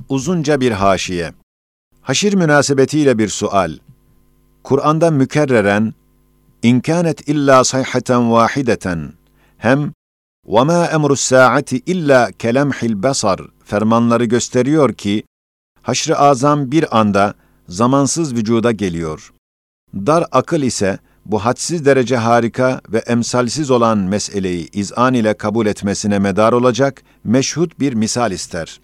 Uzunca bir haşiye. Haşir münasebetiyle bir sual. Kur'an'da mükerreren "İn kânet illâ sayhaten vâhideten" hem "Ve mâ emrus sâati illâ kelemhil basar" fermanları gösteriyor ki, haşr-ı azam bir anda zamansız vücuda geliyor. Dar akıl ise bu hadsiz derece harika ve emsalsiz olan meseleyi izan ile kabul etmesine medar olacak meşhut bir misal ister.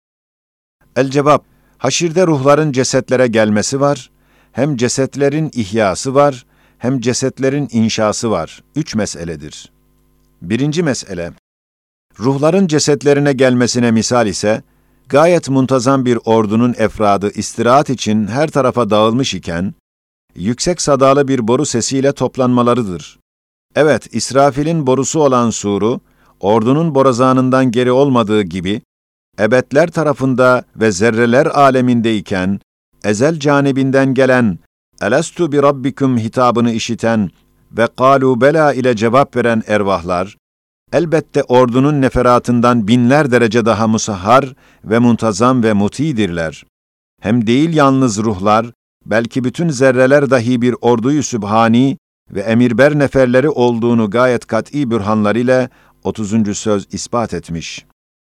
El-cevap, haşirde ruhların cesetlere gelmesi var, hem cesetlerin ihyası var, hem cesetlerin inşası var. 3 meseledir. Birinci mesele, ruhların cesetlerine gelmesine misal ise, gayet muntazam bir ordunun efradı istirahat için her tarafa dağılmış iken, yüksek sadalı bir boru sesiyle toplanmalarıdır. Evet, İsrafil'in borusu olan suru, ordunun borazanından geri olmadığı gibi, ebedler tarafında ve zerreler alemindeyken, ezel canibinden gelen, "Elestu bi rabbikum" hitabını işiten ve "Kalu bela" ile cevap veren ervahlar, elbette ordunun neferatından binler derece daha musahhar ve muntazam ve mutidirler. Hem değil yalnız ruhlar, belki bütün zerreler dahi bir ordu-yu sübhani ve emirber neferleri olduğunu gayet kat'î bürhanlar ile 30. söz ispat etmiş.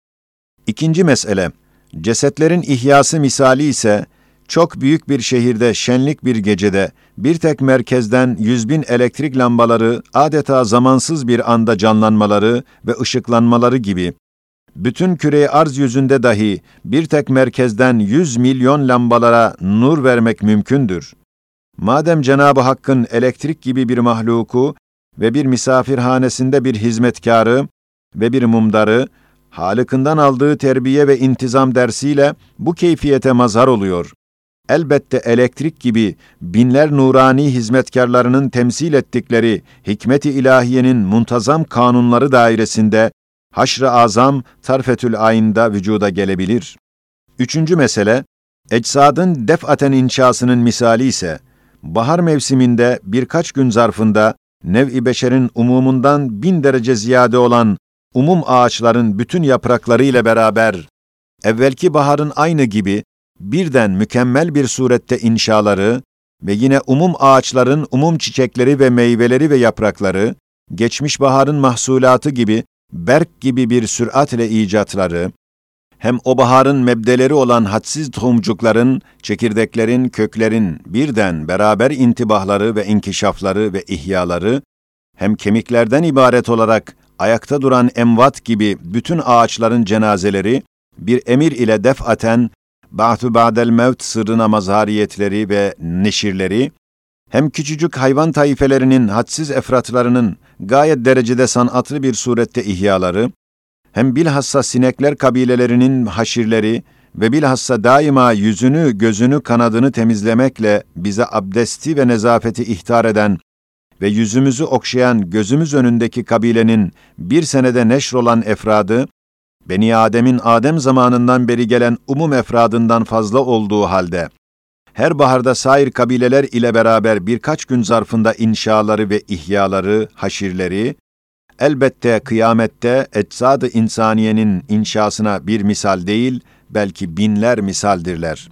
İkinci mesele, cesetlerin ihyası misali ise, çok büyük bir şehirde şenlik bir gecede bir tek merkezden 100.000 elektrik lambaları adeta zamansız bir anda canlanmaları ve ışıklanmaları gibi, bütün küre-i arz yüzünde dahi bir tek merkezden 100 milyon lambalara nur vermek mümkündür. Madem Cenab-ı Hakk'ın elektrik gibi bir mahluku ve bir misafirhanesinde bir hizmetkarı ve bir mumdarı, Halık'ından aldığı terbiye ve intizam dersiyle bu keyfiyete mazhar oluyor. Elbette elektrik gibi binler nurani hizmetkarlarının temsil ettikleri hikmet-i ilahiyenin muntazam kanunları dairesinde haşr-ı azam tarfetül ayında vücuda gelebilir. Üçüncü mesele, ecsadın def'aten inşasının misali ise, bahar mevsiminde birkaç gün zarfında nev-i beşerin umumundan 1000 derece ziyade olan umum ağaçların bütün yaprakları ile beraber, evvelki baharın aynı gibi, birden mükemmel bir surette inşaları ve yine umum ağaçların umum çiçekleri ve meyveleri ve yaprakları, geçmiş baharın mahsulatı gibi, berk gibi bir süratle icatları, hem o baharın mebdeleri olan hadsiz tohumcukların, çekirdeklerin, köklerin birden beraber intibahları ve inkişafları ve ihyaları, hem kemiklerden ibaret olarak ayakta duran emvat gibi bütün ağaçların cenazeleri, bir emir ile def'aten, ba'tü ba'del mevt sırrına mazhariyetleri ve neşirleri, hem küçücük hayvan taifelerinin hadsiz efratlarının gayet derecede sanatlı bir surette ihyaları, hem bilhassa sinekler kabilelerinin haşirleri ve bilhassa daima yüzünü, gözünü, kanadını temizlemekle bize abdesti ve nezafeti ihtar eden ve yüzümüzü okşayan gözümüz önündeki kabilenin bir senede neşrolan efradı, Beni Adem'in Adem zamanından beri gelen umum efradından fazla olduğu halde, her baharda sair kabileler ile beraber birkaç gün zarfında inşaları ve ihyaları, haşirleri, elbette kıyamette eczad-ı insaniyenin inşasına bir misal değil, belki binler misaldirler.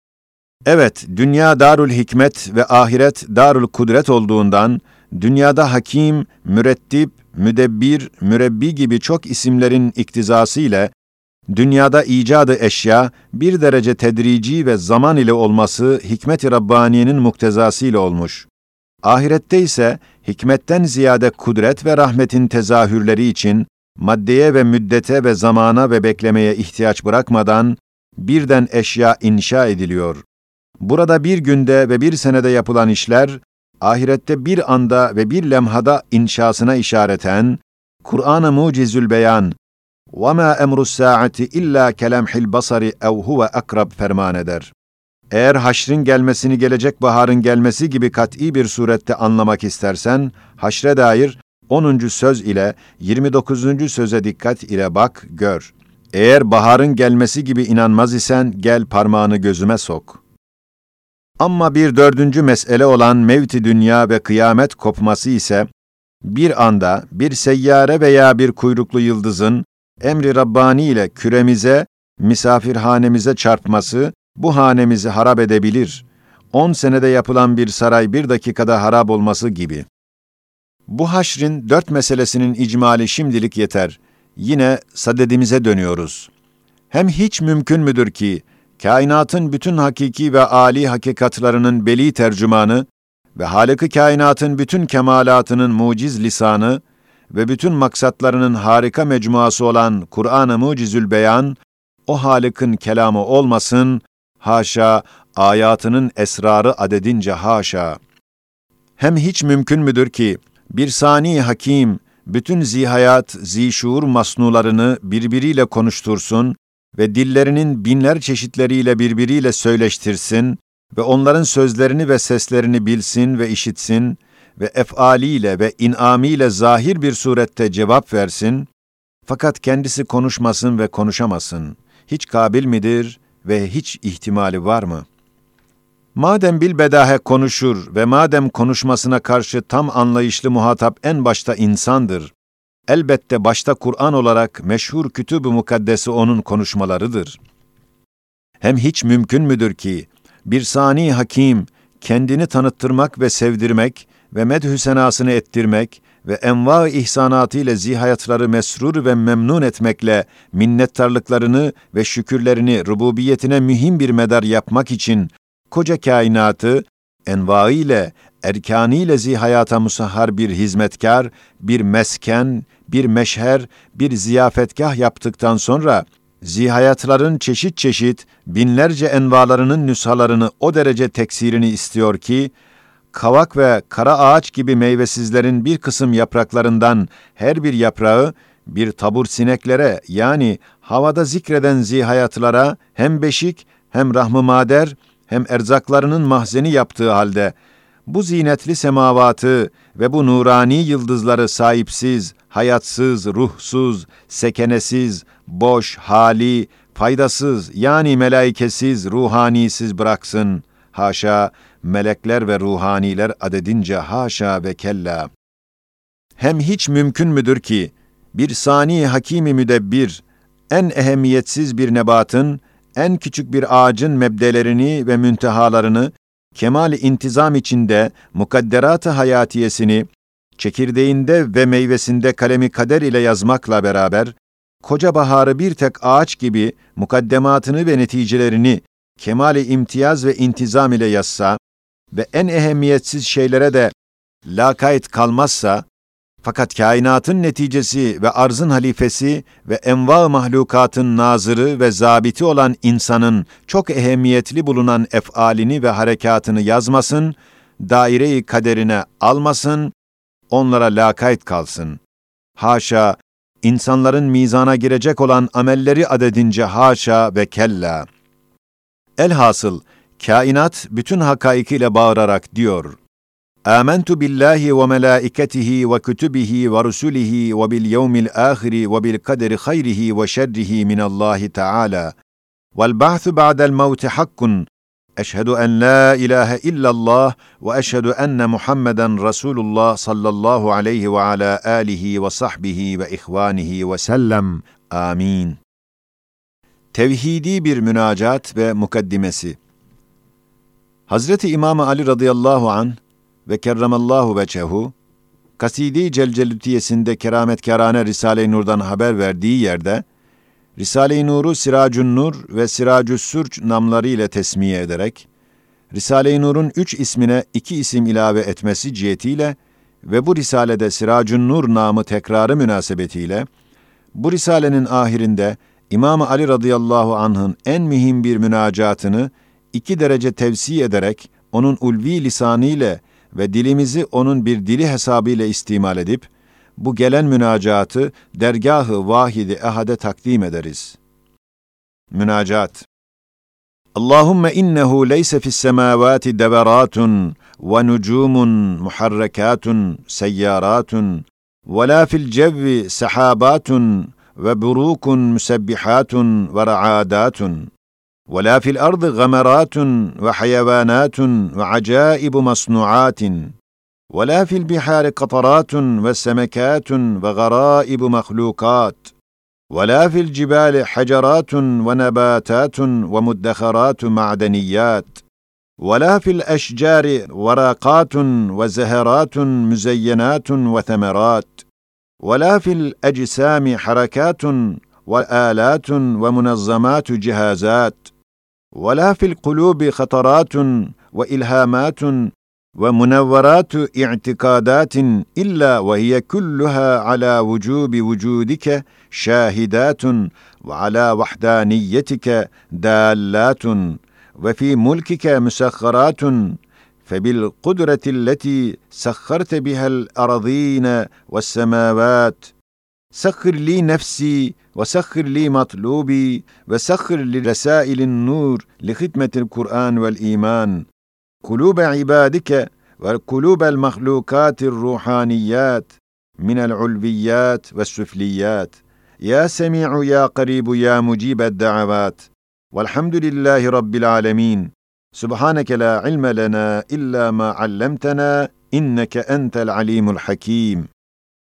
Evet, dünya darul hikmet ve ahiret darul kudret olduğundan, dünyada hakim, mürettip, müdebbir, mürebbi gibi çok isimlerin iktizası ile, dünyada icadı eşya bir derece tedrici ve zaman ile olması hikmet-i Rabbaniye'nin muktezası ile olmuş. Ahirette ise hikmetten ziyade kudret ve rahmetin tezahürleri için maddeye ve müddete ve zamana ve beklemeye ihtiyaç bırakmadan birden eşya inşa ediliyor. Burada bir günde ve bir senede yapılan işler, ahirette bir anda ve bir lemhada inşasına işareten, Kur'an-ı Mucizül Beyan, وَمَا اَمْرُ السَّاعَةِ اِلَّا كَلَمْحِ الْبَصَرِ اَوْ هُوَ اَقْرَبْ ferman eder. Eğer haşrin gelmesini gelecek baharın gelmesi gibi kat'î bir surette anlamak istersen, haşre dair 10. söz ile 29. söze dikkat ile bak, gör. Eğer baharın gelmesi gibi inanmaz isen, gel parmağını gözüme sok. Ama bir 4. mesele olan mevt-i dünya ve kıyamet kopması ise, bir anda bir seyyare veya bir kuyruklu yıldızın emri Rabbani ile küremize misafirhanemize çarpması, bu hanemizi harap edebilir. 10 senede yapılan bir saray 1 dakikada harap olması gibi. Bu haşrin 4 meselesinin icmali şimdilik yeter. Yine sadedimize dönüyoruz. Hem hiç mümkün müdür ki, kainatın bütün hakiki ve âli hakikatlarının beli tercümanı ve Halık-ı kainatın bütün kemalatının muciz lisanı ve bütün maksatlarının harika mecmuası olan Kur'an-ı Mucizül Beyan, o Halık'ın kelamı olmasın, haşa, ayatının esrarı adedince haşa. Hem hiç mümkün müdür ki, bir sani hakim, bütün zihayat, zişuur masnularını birbiriyle konuştursun ve dillerinin binler çeşitleriyle birbiriyle söyleştirsin ve onların sözlerini ve seslerini bilsin ve işitsin ve efaliyle ve inamiyle zahir bir surette cevap versin, fakat kendisi konuşmasın ve konuşamasın. Hiç kabil midir ve hiç ihtimali var mı? Madem bilbedahe konuşur ve madem konuşmasına karşı tam anlayışlı muhatap en başta insandır, elbette başta Kur'an olarak meşhur kütüb-ü mukaddesi onun konuşmalarıdır. Hem hiç mümkün müdür ki, bir sani hakim, kendini tanıttırmak ve sevdirmek ve medhü senasını ettirmek ve enva-ı ihsanatıyla zihayatları mesrur ve memnun etmekle minnettarlıklarını ve şükürlerini rububiyetine mühim bir medar yapmak için koca kainatı enva-ile, erkânîyle zihayata musahhar bir hizmetkar, bir mesken, bir meşher, bir ziyafetgah yaptıktan sonra, zihayatların çeşit çeşit, binlerce envalarının nüshalarını o derece teksirini istiyor ki, kavak ve kara ağaç gibi meyvesizlerin bir kısım yapraklarından her bir yaprağı, bir tabur sineklere yani havada zikreden zihayatlara hem beşik, hem rahm-ı mader, hem erzaklarının mahzeni yaptığı halde, bu zinetli semavatı ve bu nurani yıldızları sahipsiz, hayatsız, ruhsuz, sekenesiz, boş, hali, faydasız yani melaikesiz, ruhanisiz bıraksın. Haşa, melekler ve ruhaniler adedince haşa ve kella. Hem hiç mümkün müdür ki, bir sani hakimi müdebbir, en ehemmiyetsiz bir nebatın, en küçük bir ağacın mebdelerini ve müntehalarını, kemal-i intizam içinde mukadderat-ı hayatiyesini, çekirdeğinde ve meyvesinde kalemi kader ile yazmakla beraber, koca baharı bir tek ağaç gibi mukaddematını ve neticelerini kemal-i imtiyaz ve intizam ile yazsa ve en ehemmiyetsiz şeylere de lakayt kalmazsa, fakat kainatın neticesi ve arzın halifesi ve enva-ı mahlukatın nazırı ve zabiti olan insanın çok ehemmiyetli bulunan ef'alini ve harekatını yazmasın, daire-i kaderine almasın, onlara lakayt kalsın. Haşa, insanların mizana girecek olan amelleri adedince haşa ve kella. Elhasıl, kainat bütün hakaikiyle bağırarak diyor, Âmentu billahi ve melâiketihi ve kütübihi ve rusulihi ve bil yevmil âhiri ve bil kaderi hayrihi ve şerrihi minallahi teâlâ. Vel ba'thu ba'del mevti hakkun. Eşhedü en la ilahe illallah ve eşhedü enne Muhammeden Resulullah sallallahu aleyhi ve ala âlihi ve sahbihi ve ihvanihi ve sellem. Amin. Tevhidi bir münacat ve mukaddimesi. Hazreti İmam Ali radıyallahu anh ve kerremallahu veçehu, Kasîd-i Celcelütiyesinde kerametkârane Risale-i Nur'dan haber verdiği yerde, Risale-i Nur'u Siracun Nur ve Siracü's Sürç namları ile tesmiye ederek, Risale-i Nur'un 3 ismine 2 isim ilave etmesi cihetiyle ve bu Risale'de Siracun Nur namı tekrarı münasebetiyle, bu Risale'nin ahirinde İmam Ali radıyallahu anh'ın en mühim bir münacatını 2 derece tevsi ederek, onun ulvi lisanı ile ve dilimizi onun bir dili hesabıyla istimal edip, bu gelen münacatı dergâh-ı vahid-i ehad'e takdim ederiz. Münacat. Allahümme innehu leyse fis semâvâti deveratun ve nucumun muharrekatun seyyâratun ve la fil cevvi sehâbâtun ve burûkun musebbihatun ve ra'âdâtun. ولا في الأرض غمرات وحيوانات وعجائب مصنوعات ولا في البحار قطرات وسمكات وغرائب مخلوقات ولا في الجبال حجرات ونباتات ومدخرات معدنيات، ولا في الأشجار ورقات وزهرات مزينات وثمرات، ولا في الأجسام حركات وآلات ومنظمات جهازات، ولا في القلوب خطرات وإلهامات ومنورات اعتقادات، إلا وهي كلها على وجوب وجودك شاهدات، وعلى وحدانيتك دالات، وفي ملكك مسخرات، فبالقدرة التي سخرت بها الأراضين والسماوات سخر لي نفسي، وسخر لي مطلوبي، وسخر لرسائل النور لخدمة القرآن والإيمان قلوب عبادك وقلوب المخلوقات الروحانيات من العلويات والسفليات. يا سميع يا قريب يا مجيب الدعوات، والحمد لله رب العالمين. سبحانك لا علم لنا إلا ما علمتنا إنك أنت العليم الحكيم.